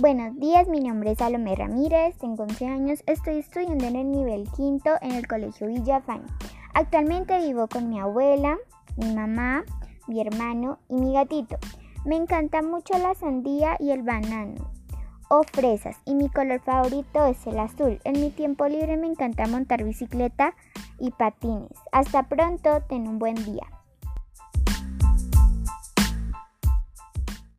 Buenos días, mi nombre es Salomé Ramírez, tengo 11 años, estoy estudiando en el nivel quinto en el Colegio Villafañe. Actualmente vivo con mi abuela, mi mamá, mi hermano y mi gatito. Me encanta mucho la sandía y el banano o fresas y mi color favorito es el azul. En mi tiempo libre me encanta montar bicicleta y patines. Hasta pronto, ten un buen día.